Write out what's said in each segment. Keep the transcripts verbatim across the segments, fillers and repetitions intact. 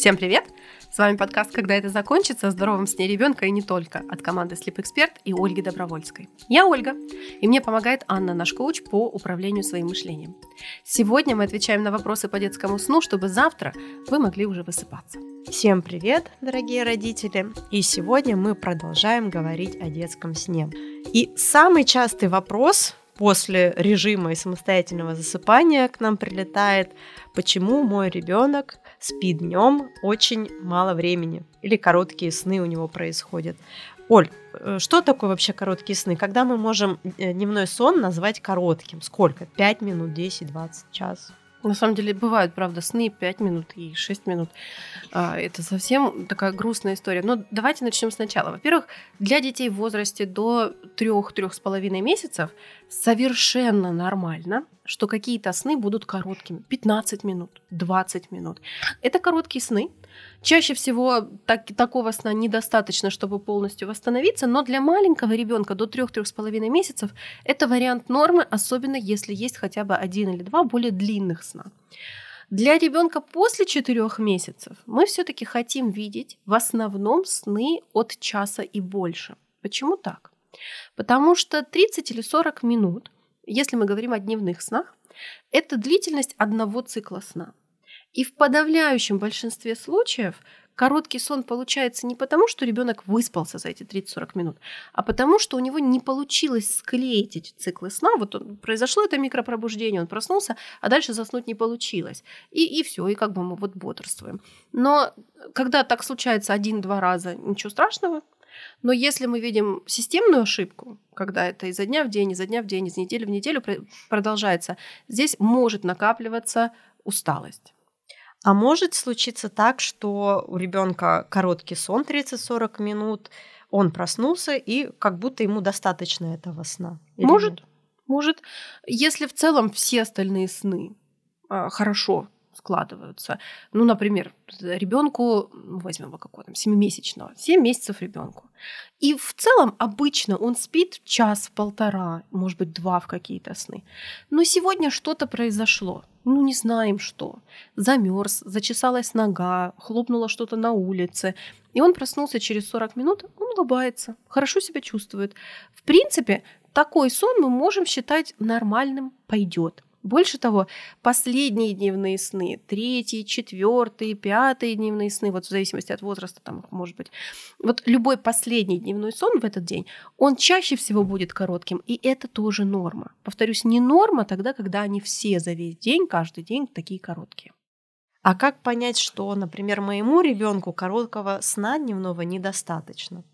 Всем привет! С вами подкаст «Когда это закончится» о здоровом сне ребенка и не только от команды Sleep Expert и Ольги Добровольской. Я Ольга, и мне помогает Анна, наш коуч по управлению своим мышлением. Сегодня мы отвечаем на вопросы по детскому сну, чтобы завтра вы могли уже высыпаться. Всем привет, дорогие родители! И сегодня мы продолжаем говорить о детском сне. И самый частый вопрос после режима и самостоятельного засыпания к нам прилетает: почему мой ребенок спит днем очень мало времени или короткие сны у него происходят? Оль, что такое вообще короткие сны? Когда мы можем дневной сон назвать коротким? Сколько? пять минут, десять, двадцать, час? На самом деле бывают, правда, сны пять минут и шесть минут. Это совсем такая грустная история. Но давайте начнем сначала. Во-первых, для детей в возрасте до трех-трех с половиной месяцев совершенно нормально, что какие-то сны будут короткими. пятнадцать минут, двадцать минут. Это короткие сны. Чаще всего так, такого сна недостаточно, чтобы полностью восстановиться, но для маленького ребенка до трех-трех с половиной месяцев это вариант нормы, особенно если есть хотя бы один или два более длинных сна. Для ребенка после четырёх месяцев мы все-таки хотим видеть в основном сны от часа и больше. Почему так? Потому что тридцать или сорок минут, если мы говорим о дневных снах, это длительность одного цикла сна. И в подавляющем большинстве случаев короткий сон получается не потому, что ребенок выспался за эти тридцать-сорок минут, а потому, что у него не получилось склеить эти циклы сна. Вот он, произошло это микропробуждение, он проснулся, а дальше заснуть не получилось. И, и все, и как бы мы вот бодрствуем. Но когда так случается один-два раза, ничего страшного. Но если мы видим системную ошибку, когда это изо дня в день, изо дня в день, из недели в неделю продолжается, здесь может накапливаться усталость. А может случиться так, что у ребенка короткий сон тридцать-сорок минут, он проснулся, и как будто ему достаточно этого сна? Или может, нет? может. Если в целом все остальные сны а, хорошо складываются. Ну, например, ребенку, возьмем его какого там, семимесячного, семь месяцев ребенку. И в целом обычно он спит час-полтора, может быть, два в какие-то сны. Но сегодня что-то произошло. Ну, не знаем что. Замерз, зачесалась нога, хлопнуло что-то на улице. И он проснулся через сорок минут, он улыбается, хорошо себя чувствует. В принципе, такой сон мы можем считать нормальным, пойдет. Больше того, последние дневные сны, третьи, четвертые, пятые дневные сны, вот в зависимости от возраста, там может быть, вот любой последний дневной сон в этот день, он чаще всего будет коротким, и это тоже норма. Повторюсь, не норма тогда, когда они все за весь день, каждый день такие короткие. А как понять, что, например, моему ребенку короткого сна дневного недостаточно?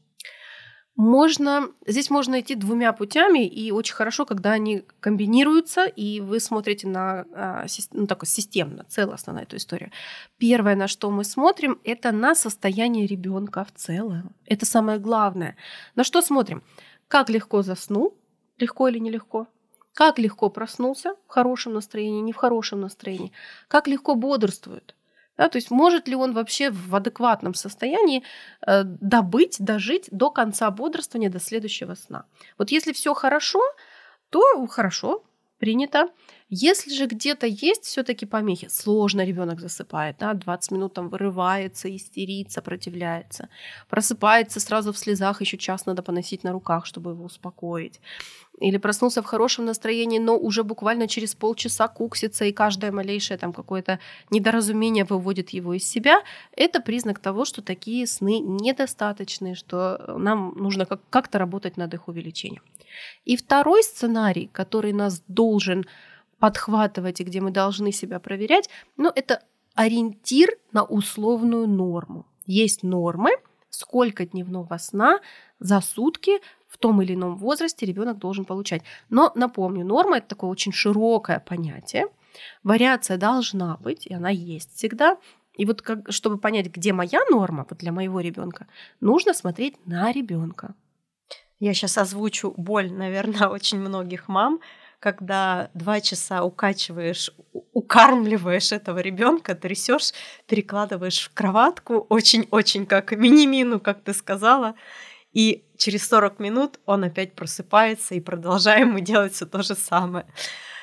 Можно, здесь можно идти двумя путями, и очень хорошо, когда они комбинируются, и вы смотрите на, ну, такой системно, целостно на эту историю. Первое, на что мы смотрим, это на состояние ребенка в целом. Это самое главное. На что смотрим? Как легко заснул, легко или нелегко? Как легко проснулся в хорошем настроении, не в хорошем настроении? Как легко бодрствует? Да, то есть может ли он вообще в адекватном состоянии э, добыть, дожить до конца бодрствования, до следующего сна? Вот если все хорошо, то хорошо, принято. Если же где-то есть все-таки помехи, сложно ребенок засыпает, да, двадцать минут там вырывается, истерит, сопротивляется, просыпается сразу в слезах, еще час надо поносить на руках, чтобы его успокоить. Или проснулся в хорошем настроении, но уже буквально через полчаса куксится, и каждое малейшее там какое-то недоразумение выводит его из себя, это признак того, что такие сны недостаточны, что нам нужно как-то работать над их увеличением. И второй сценарий, который нас должен подхватывать и где мы должны себя проверять, ну, это ориентир на условную норму. Есть нормы, сколько дневного сна за сутки в том или ином возрасте ребенок должен получать. Но напомню, норма – это такое очень широкое понятие. Вариация должна быть, и она есть всегда. И вот как, чтобы понять, где моя норма, вот для моего ребенка, нужно смотреть на ребенка. Я сейчас озвучу боль, наверное, очень многих мам, когда два часа укачиваешь, укармливаешь этого ребенка, трясешь, перекладываешь в кроватку, очень-очень как мини-мину, как ты сказала, и через сорок минут он опять просыпается, и продолжаем мы делать все то же самое.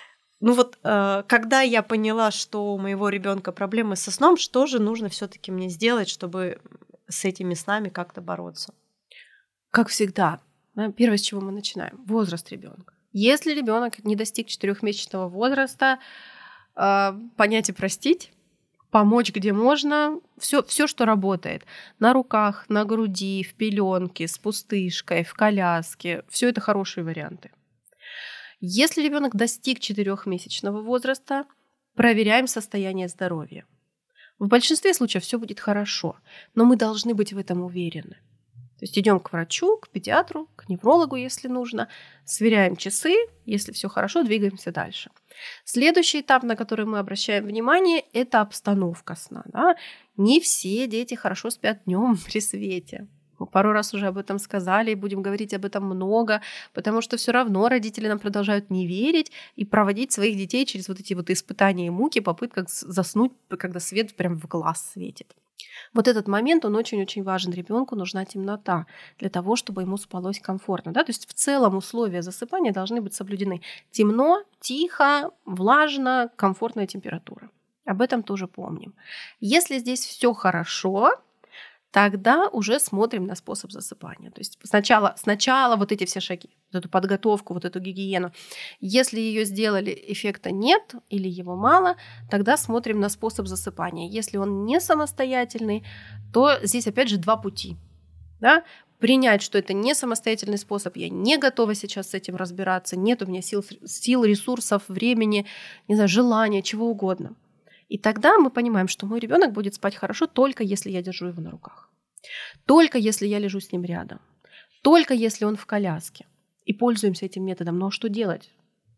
Ну вот, э, когда я поняла, что у моего ребенка проблемы со сном, что же нужно все-таки мне сделать, чтобы с этими снами как-то бороться? Как всегда, да, первое, с чего мы начинаем, возраст ребенка. Если ребенок не достиг четырехмесячного возраста, э, понять и простить, помочь где можно, все, все, что работает. На руках, на груди, в пеленке, с пустышкой, в коляске. Все это хорошие варианты. Если ребенок достиг четырехмесячного возраста, проверяем состояние здоровья. В большинстве случаев все будет хорошо, но мы должны быть в этом уверены. То есть идем к врачу, к педиатру, к неврологу, если нужно, сверяем часы, если все хорошо, двигаемся дальше. Следующий этап, на который мы обращаем внимание, это обстановка сна. Да? Не все дети хорошо спят днем при свете. Мы пару раз уже об этом сказали и будем говорить об этом много, потому что все равно родители нам продолжают не верить и проводить своих детей через вот эти вот испытания и муки, попытках заснуть, когда свет прям в глаз светит. Вот этот момент, он очень-очень важен. Ребенку нужна темнота для того, чтобы ему спалось комфортно. Да? То есть в целом условия засыпания должны быть соблюдены. Темно, тихо, влажно, комфортная температура. Об этом тоже помним. Если здесь все хорошо, тогда уже смотрим на способ засыпания. То есть сначала, сначала вот эти все шаги, вот эту подготовку, вот эту гигиену. Если ее сделали, эффекта нет или его мало, тогда смотрим на способ засыпания. Если он не самостоятельный, то здесь опять же два пути. Да? Принять, что это не самостоятельный способ, я не готова сейчас с этим разбираться, нет у меня сил, сил, ресурсов, времени, не знаю, желания, чего угодно. И тогда мы понимаем, что мой ребенок будет спать хорошо только если я держу его на руках, только если я лежу с ним рядом, только если он в коляске. И пользуемся этим методом. Но что делать?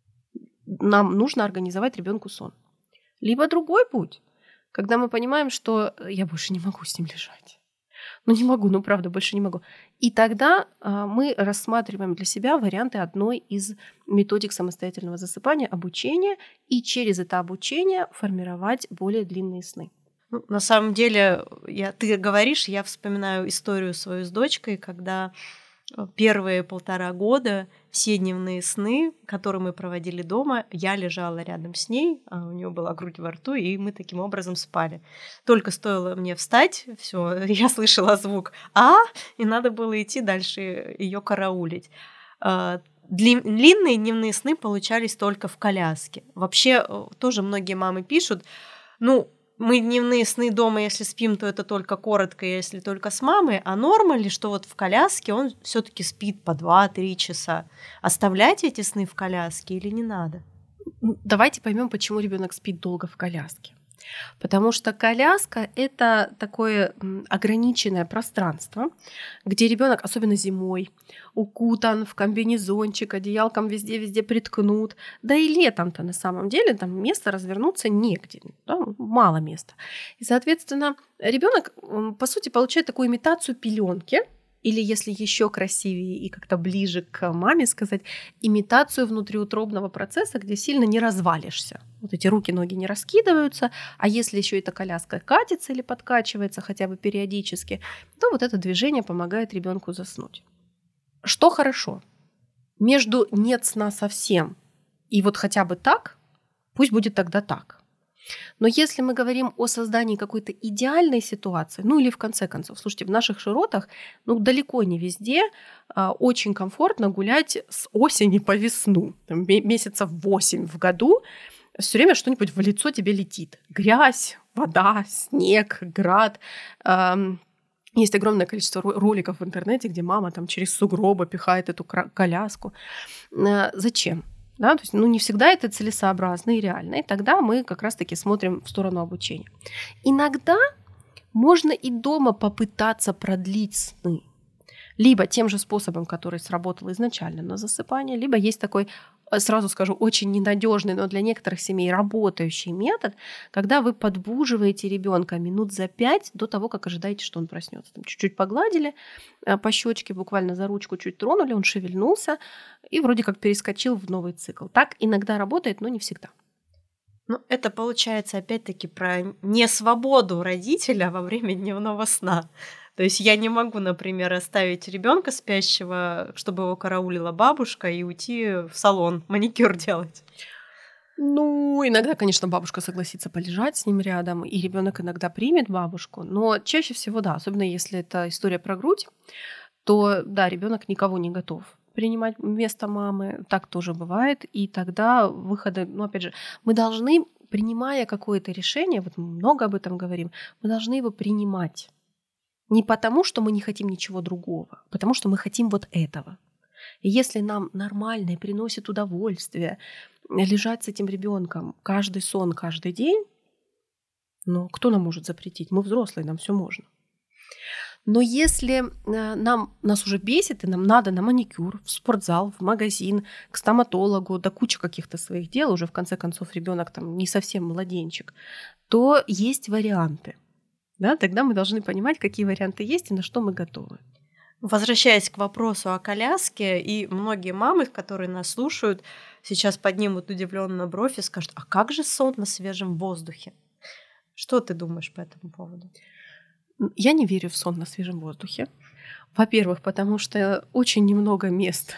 Нам нужно организовать ребенку сон. Либо другой путь, когда мы понимаем, что я больше не могу с ним лежать. Ну не могу, ну правда, больше не могу. И тогда а, мы рассматриваем для себя варианты одной из методик самостоятельного засыпания, обучения, и через это обучение формировать более длинные сны. Ну, на самом деле, я, ты говоришь, я вспоминаю историю свою с дочкой, когда первые полтора года все дневные сны, которые мы проводили дома, я лежала рядом с ней, а у нее была грудь во рту, и мы таким образом спали. Только стоило мне встать, все, я слышала звук «а», и надо было идти дальше ее караулить. Длинные дневные сны получались только в коляске. Вообще, тоже многие мамы пишут, ну, мы дневные сны дома, если спим, то это только коротко, если только с мамой, а норма ли, что вот в коляске он все-таки спит по два-три часа? Оставлять эти сны в коляске или не надо? Давайте поймем, почему ребенок спит долго в коляске. Потому что коляска – это такое ограниченное пространство, где ребенок, особенно зимой, укутан в комбинезончик, одеялком везде-везде приткнут. Да и летом-то на самом деле там места развернуться негде, да, мало места. И, соответственно, ребенок, по сути, получает такую имитацию пеленки, или, если еще красивее и как-то ближе к маме сказать, имитацию внутриутробного процесса, где сильно не развалишься. Вот эти руки, ноги не раскидываются, а если еще эта коляска катится или подкачивается хотя бы периодически, то вот это движение помогает ребенку заснуть. Что хорошо? Между нет сна совсем и вот хотя бы так, пусть будет тогда так. Но если мы говорим о создании какой-то идеальной ситуации, ну или в конце концов, слушайте, в наших широтах, ну далеко не везде а, очень комфортно гулять с осени по весну, там, месяцев восемь в году, все время что-нибудь в лицо тебе летит. Грязь, вода, снег, град. Эм, есть огромное количество роликов в интернете, где мама там через сугробы пихает эту коляску. Э, зачем? Да, то есть, ну, не всегда это целесообразно и реально. И тогда мы как раз-таки смотрим в сторону обучения. Иногда можно и дома попытаться продлить сны. Либо тем же способом, который сработал изначально на засыпание, либо есть такой, сразу скажу, очень ненадежный, но для некоторых семей работающий метод, когда вы подбуживаете ребенка минут за пять до того, как ожидаете, что он проснется. Там чуть-чуть погладили по щечке, буквально за ручку чуть тронули, он шевельнулся и вроде как перескочил в новый цикл. Так иногда работает, но не всегда. Ну, это получается опять-таки про несвободу родителя во время дневного сна. То есть я не могу, например, оставить ребенка спящего, чтобы его караулила бабушка, и уйти в салон маникюр делать. Ну, иногда, конечно, бабушка согласится полежать с ним рядом, и ребенок иногда примет бабушку, но чаще всего, да, особенно если это история про грудь, то, да, ребенок никого не готов принимать вместо мамы, так тоже бывает, и тогда выходы, ну, опять же, мы должны, принимая какое-то решение, вот мы много об этом говорим, мы должны его принимать. Не потому, что мы не хотим ничего другого, а потому что мы хотим вот этого. И если нам нормально и приносит удовольствие лежать с этим ребенком каждый сон, каждый день, ну, кто нам может запретить? Мы взрослые, нам все можно. Но если нам, нас уже бесит, и нам надо на маникюр, в спортзал, в магазин, к стоматологу, да куча каких-то своих дел, уже в конце концов ребенок там не совсем младенчик, то есть варианты. Да? Тогда мы должны понимать, какие варианты есть и на что мы готовы. Возвращаясь к вопросу о коляске, и многие мамы, которые нас слушают, сейчас поднимут удивленно бровь и скажут: а как же сон на свежем воздухе? Что ты думаешь по этому поводу? Я не верю в сон на свежем воздухе. Во-первых, потому что очень немного мест,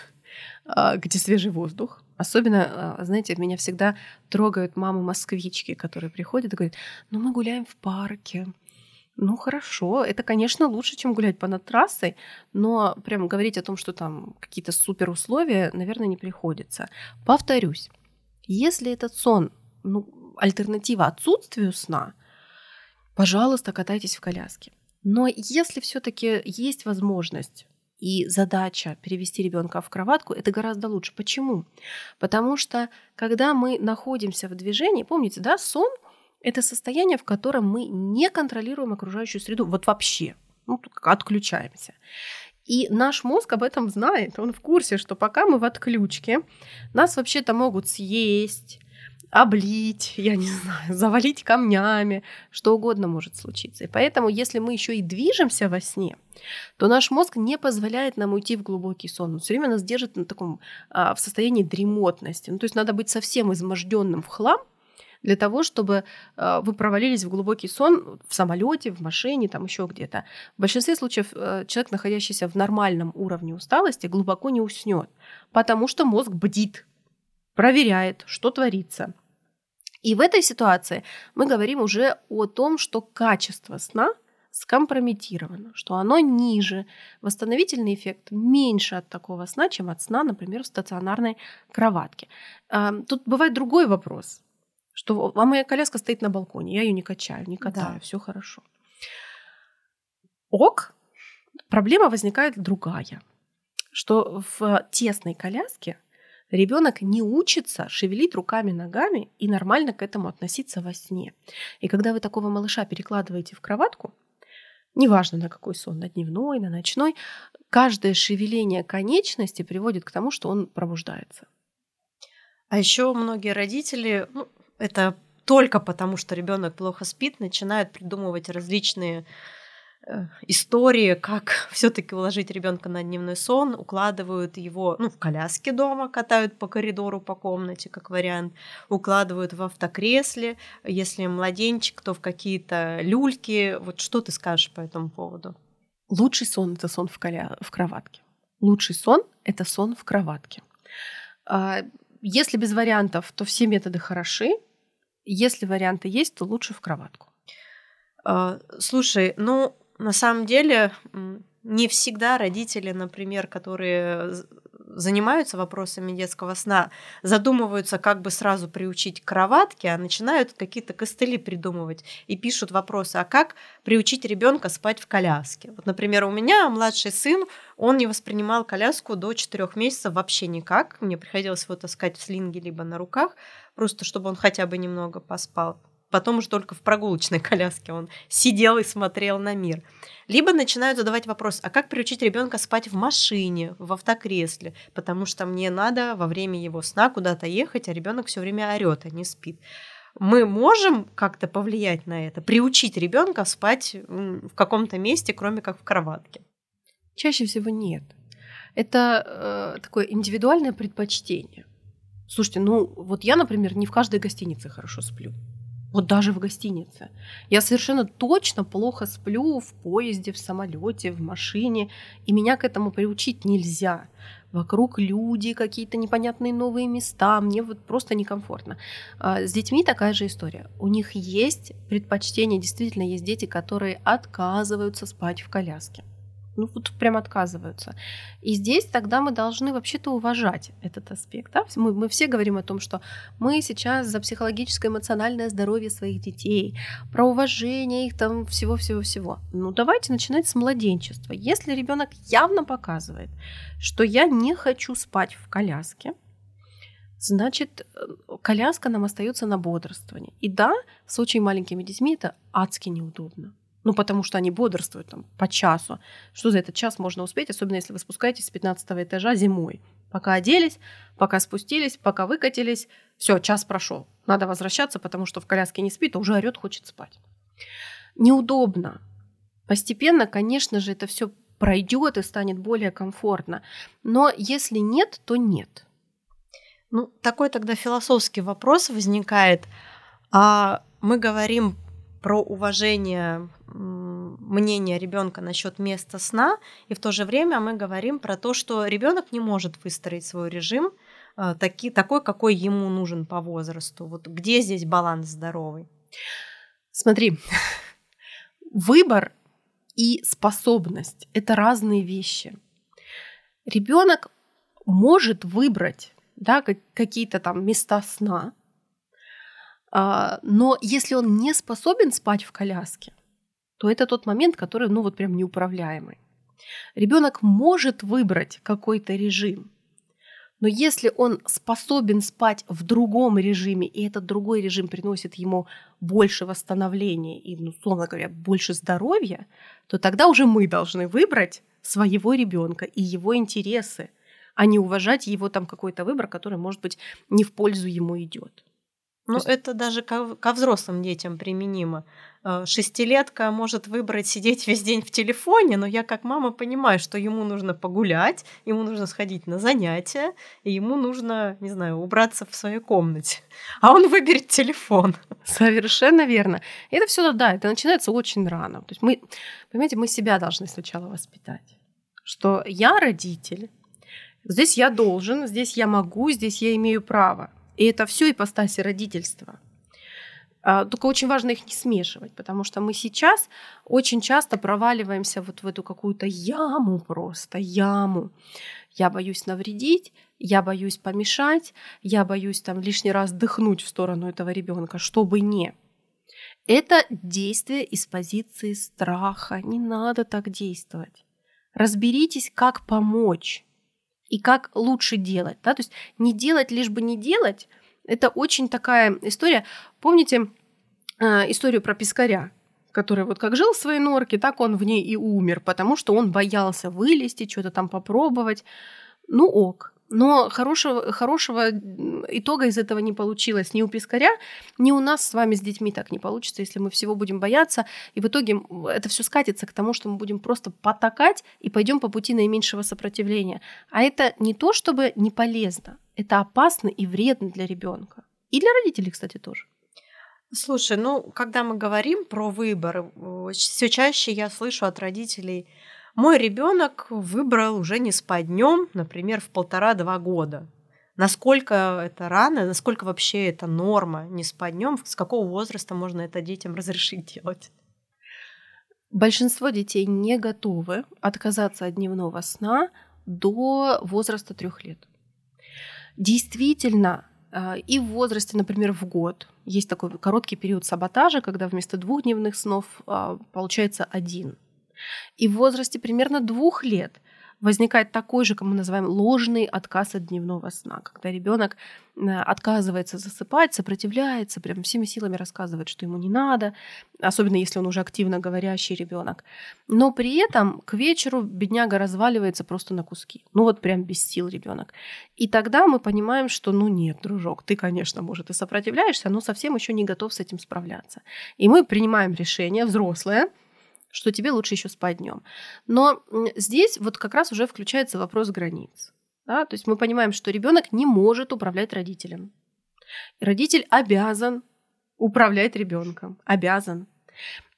где свежий воздух. Особенно, знаете, меня всегда трогают мамы-москвички, которые приходят и говорят: ну мы гуляем в парке. Ну хорошо, это, конечно, лучше, чем гулять понад трассой, но прям говорить о том, что там какие-то супер условия, наверное, не приходится. Повторюсь, если этот сон, ну, альтернатива отсутствию сна, пожалуйста, катайтесь в коляске. Но если все-таки есть возможность и задача перевести ребенка в кроватку, это гораздо лучше. Почему? Потому что когда мы находимся в движении, помните, да, сон — это состояние, в котором мы не контролируем окружающую среду. Вот вообще. Ну, отключаемся. И наш мозг об этом знает. Он в курсе, что пока мы в отключке, нас вообще-то могут съесть, облить, я не знаю, завалить камнями, что угодно может случиться. И поэтому, если мы еще и движемся во сне, то наш мозг не позволяет нам уйти в глубокий сон. Он все время нас держит на таком, а, в состоянии дремотности. Ну, то есть надо быть совсем изможденным в хлам для того, чтобы э, вы провалились в глубокий сон в самолете, в машине, там еще где-то. В большинстве случаев э, человек, находящийся в нормальном уровне усталости, глубоко не уснет, потому что мозг бдит, проверяет, что творится. И в этой ситуации мы говорим уже о том, что качество сна скомпрометировано, что оно ниже, восстановительный эффект меньше от такого сна, чем от сна, например, в стационарной кроватке. Э, тут бывает другой вопрос, что а моя коляска стоит на балконе, я ее не качаю, не катаю, да. Все хорошо. Ок, проблема возникает другая, что в тесной коляске ребенок не учится шевелить руками, ногами и нормально к этому относиться во сне. И когда вы такого малыша перекладываете в кроватку, неважно на какой сон, на дневной, на ночной, каждое шевеление конечности приводит к тому, что он пробуждается. А еще многие родители, ну, это только потому, что ребенок плохо спит, начинают придумывать различные э, истории, как все-таки уложить ребенка на дневной сон, укладывают его, ну, в коляске дома, катают по коридору, по комнате, как вариант, укладывают в автокресле, если младенчик, то в какие-то люльки. Вот что ты скажешь по этому поводу? Лучший сон – это сон в, коля... в кроватке. Лучший сон – это сон в кроватке. Если без вариантов, то все методы хороши. Если варианты есть, то лучше в кроватку. Слушай, ну, на самом деле, не всегда родители, например, которые занимаются вопросами детского сна, задумываются, как бы сразу приучить к кроватке, а начинают какие-то костыли придумывать и пишут вопросы: а как приучить ребенка спать в коляске? Вот, например, у меня младший сын, он не воспринимал коляску до четырех месяцев вообще никак. Мне приходилось его таскать в слинге либо на руках, просто чтобы он хотя бы немного поспал. Потом уже только в прогулочной коляске он сидел и смотрел на мир. Либо начинают задавать вопрос: а как приучить ребенка спать в машине, в автокресле? Потому что мне надо во время его сна куда-то ехать, а ребенок все время орет, а не спит. Мы можем как-то повлиять на это, приучить ребенка спать в каком-то месте, кроме как в кроватке? Чаще всего нет. Это э, такое индивидуальное предпочтение. Слушайте, ну вот я, например, не в каждой гостинице хорошо сплю. Вот даже в гостинице. Я совершенно точно плохо сплю в поезде, в самолете, в машине, и меня к этому приучить нельзя. вокруг люди, какие-то непонятные новые места, мне вот просто некомфортно. С детьми такая же история. У них есть предпочтение, действительно есть дети, которые отказываются спать в коляске. Ну вот прям отказываются. И здесь тогда мы должны вообще-то уважать этот аспект. Да? Мы, мы все говорим о том, что мы сейчас за психологическое, эмоциональное здоровье своих детей, про уважение их там всего-всего-всего. Ну давайте начинать с младенчества. Если ребенок явно показывает, что я не хочу спать в коляске, значит, коляска нам остается на бодрствование. И да, в случае с маленькими детьми это адски неудобно. Ну, потому что они бодрствуют там по часу. Что за этот час можно успеть, особенно если вы спускаетесь с пятнадцатого этажа зимой. Пока оделись, пока спустились, пока выкатились, все, час прошел. Надо возвращаться, потому что в коляске не спит, а уже орёт, хочет спать. Неудобно. Постепенно, конечно же, это все пройдет и станет более комфортно. Но если нет, то нет. Ну, такой тогда философский вопрос возникает. А мы говорим про уважение мнения ребенка насчет места сна, и в то же время мы говорим про то, что ребенок не может выстроить свой режим таки, такой, какой ему нужен по возрасту. Вот где здесь баланс здоровый? Смотри, выбор и способность – это разные вещи. Ребенок может выбрать, да, какие-то там места сна, но если он не способен спать в коляске, то это тот момент, который, ну вот прям неуправляемый. Ребенок может выбрать какой-то режим, но если он способен спать в другом режиме, и этот другой режим приносит ему больше восстановления и, ну, условно говоря, больше здоровья, то тогда уже мы должны выбрать своего ребенка и его интересы, а не уважать его там какой-то выбор, который, может быть, не в пользу ему идет. Ну, есть... это даже ко, ко взрослым детям применимо. Шестилетка может выбрать сидеть весь день в телефоне, но я как мама понимаю, что ему нужно погулять, ему нужно сходить на занятия, и ему нужно, не знаю, убраться в своей комнате. А он выберет телефон. Совершенно верно. И это все, да, это начинается очень рано. То есть мы, понимаете, мы себя должны сначала воспитать, что я родитель, здесь я должен, здесь я могу, здесь я имею право. И это все ипостаси родительства. Только очень важно их не смешивать, потому что мы сейчас очень часто проваливаемся вот в эту какую-то яму просто, яму. Я боюсь навредить, я боюсь помешать, я боюсь там лишний раз дыхнуть в сторону этого ребенка, чтобы не. Это действие из позиции страха. Не надо так действовать. Разберитесь, как помочь. И как лучше делать. Да? То есть не делать, лишь бы не делать, это очень такая история. Помните э, историю про пескаря, который вот как жил в своей норке, так он в ней и умер, потому что он боялся вылезти, что-то там попробовать. Ну ок. Но хорошего, хорошего итога из этого не получилось ни у пескаря, ни у нас с вами с детьми так не получится, если мы всего будем бояться. И в итоге это все скатится к тому, что мы будем просто потакать и пойдем по пути наименьшего сопротивления. А это не то, чтобы не полезно, это опасно и вредно для ребенка. И для родителей, кстати, тоже. Слушай, ну, когда мы говорим про выбор, все чаще я слышу от родителей: мой ребенок выбрал уже не спать днем, например, в полтора-два года. Насколько это рано, насколько вообще это норма не спать днем, с какого возраста можно это детям разрешить делать? Большинство детей не готовы отказаться от дневного сна до возраста трех лет. Действительно, и в возрасте, например, в год есть такой короткий период саботажа, когда вместо двух дневных снов получается один. И в возрасте примерно двух лет возникает такой же, как мы называем, ложный отказ от дневного сна, когда ребенок отказывается засыпать, сопротивляется, прям всеми силами рассказывает, что ему не надо, особенно если он уже активно говорящий ребенок. Но при этом к вечеру бедняга разваливается просто на куски. Ну вот прям без сил ребенок. И тогда мы понимаем, что ну нет, дружок, ты, конечно, может, и сопротивляешься, но совсем еще не готов с этим справляться. И мы принимаем решение взрослое, что тебе лучше еще спать днем. Но здесь вот как раз уже включается вопрос границ. Да? То есть мы понимаем, что ребенок не может управлять родителем. Родитель обязан управлять ребенком. Обязан.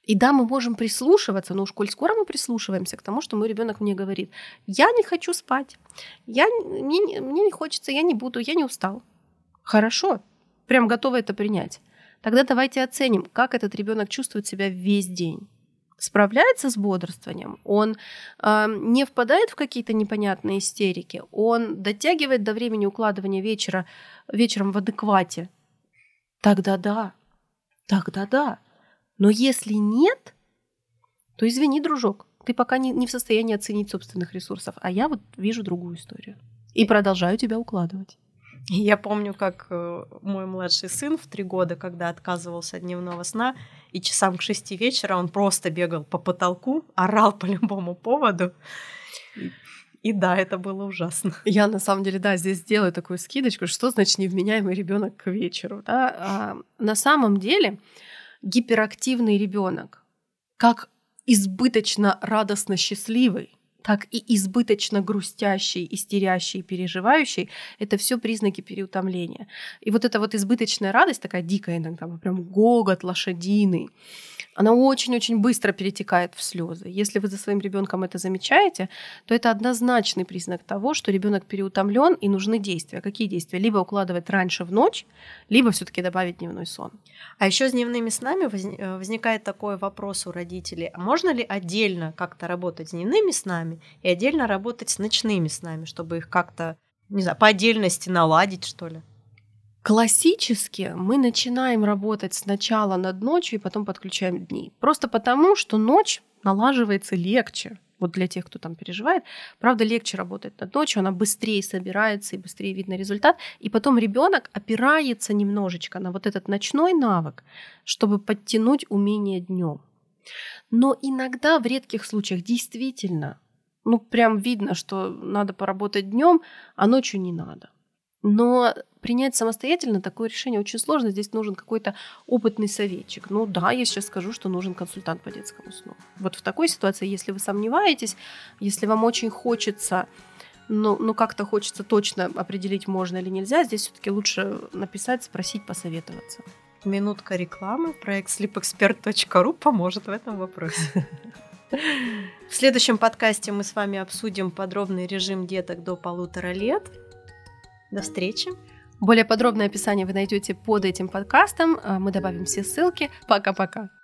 И да, мы можем прислушиваться, но уж коль скоро мы прислушиваемся к тому, что мой ребенок мне говорит: я не хочу спать, я, мне, мне не хочется, я не буду, я не устал. Хорошо, прям готова это принять. Тогда давайте оценим, как этот ребенок чувствует себя весь день. Справляется с бодрствованием, он э, не впадает в какие-то непонятные истерики, он дотягивает до времени укладывания вечера, вечером в адеквате. Тогда да, тогда да. Но если нет, то извини, дружок, ты пока не, не в состоянии оценить собственных ресурсов, а я вот вижу другую историю и продолжаю тебя укладывать. Я помню, как мой младший сын в три года, когда отказывался от дневного сна, и часам к шести вечера он просто бегал по потолку, орал по любому поводу. И, и да, это было ужасно. Я на самом деле, да, здесь сделаю такую скидочку, что значит невменяемый ребенок к вечеру. Да? А на самом деле гиперактивный ребенок, как избыточно радостно счастливый, так и избыточно грустящий, истерящий, переживающий, это все признаки переутомления. И вот эта вот избыточная радость, такая дикая иногда, прям гогот лошадиный, она очень-очень быстро перетекает в слезы. Если вы за своим ребенком это замечаете, то это однозначный признак того, что ребенок переутомлен и нужны действия. Какие действия? Либо укладывать раньше в ночь, либо все-таки добавить дневной сон. А еще с дневными снами возникает такой вопрос у родителей: а можно ли отдельно как-то работать с дневными снами и отдельно работать с ночными снами, чтобы их как-то, не знаю, по отдельности наладить, что ли? Классически мы начинаем работать сначала над ночью и потом подключаем дни. Просто потому, что ночь налаживается легче. Вот для тех, кто там переживает, правда, легче работать над ночью, она быстрее собирается и быстрее видно результат. И потом ребенок опирается немножечко на вот этот ночной навык, чтобы подтянуть умение днем. Но иногда в редких случаях действительно, ну прям видно, что надо поработать днем, а ночью не надо. Но принять самостоятельно такое решение очень сложно. Здесь нужен какой-то опытный советчик. Ну да, я сейчас скажу, что нужен консультант по детскому сну. Вот в такой ситуации, если вы сомневаетесь, если вам очень хочется, ну, ну как-то хочется точно определить, можно или нельзя, здесь все-таки лучше написать, спросить, посоветоваться. Минутка рекламы. Проект sleep expert точка ру поможет в этом вопросе. В следующем подкасте мы с вами обсудим подробный режим деток до полутора лет. До встречи. Более подробное описание вы найдете под этим подкастом. Мы добавим все ссылки. Пока-пока.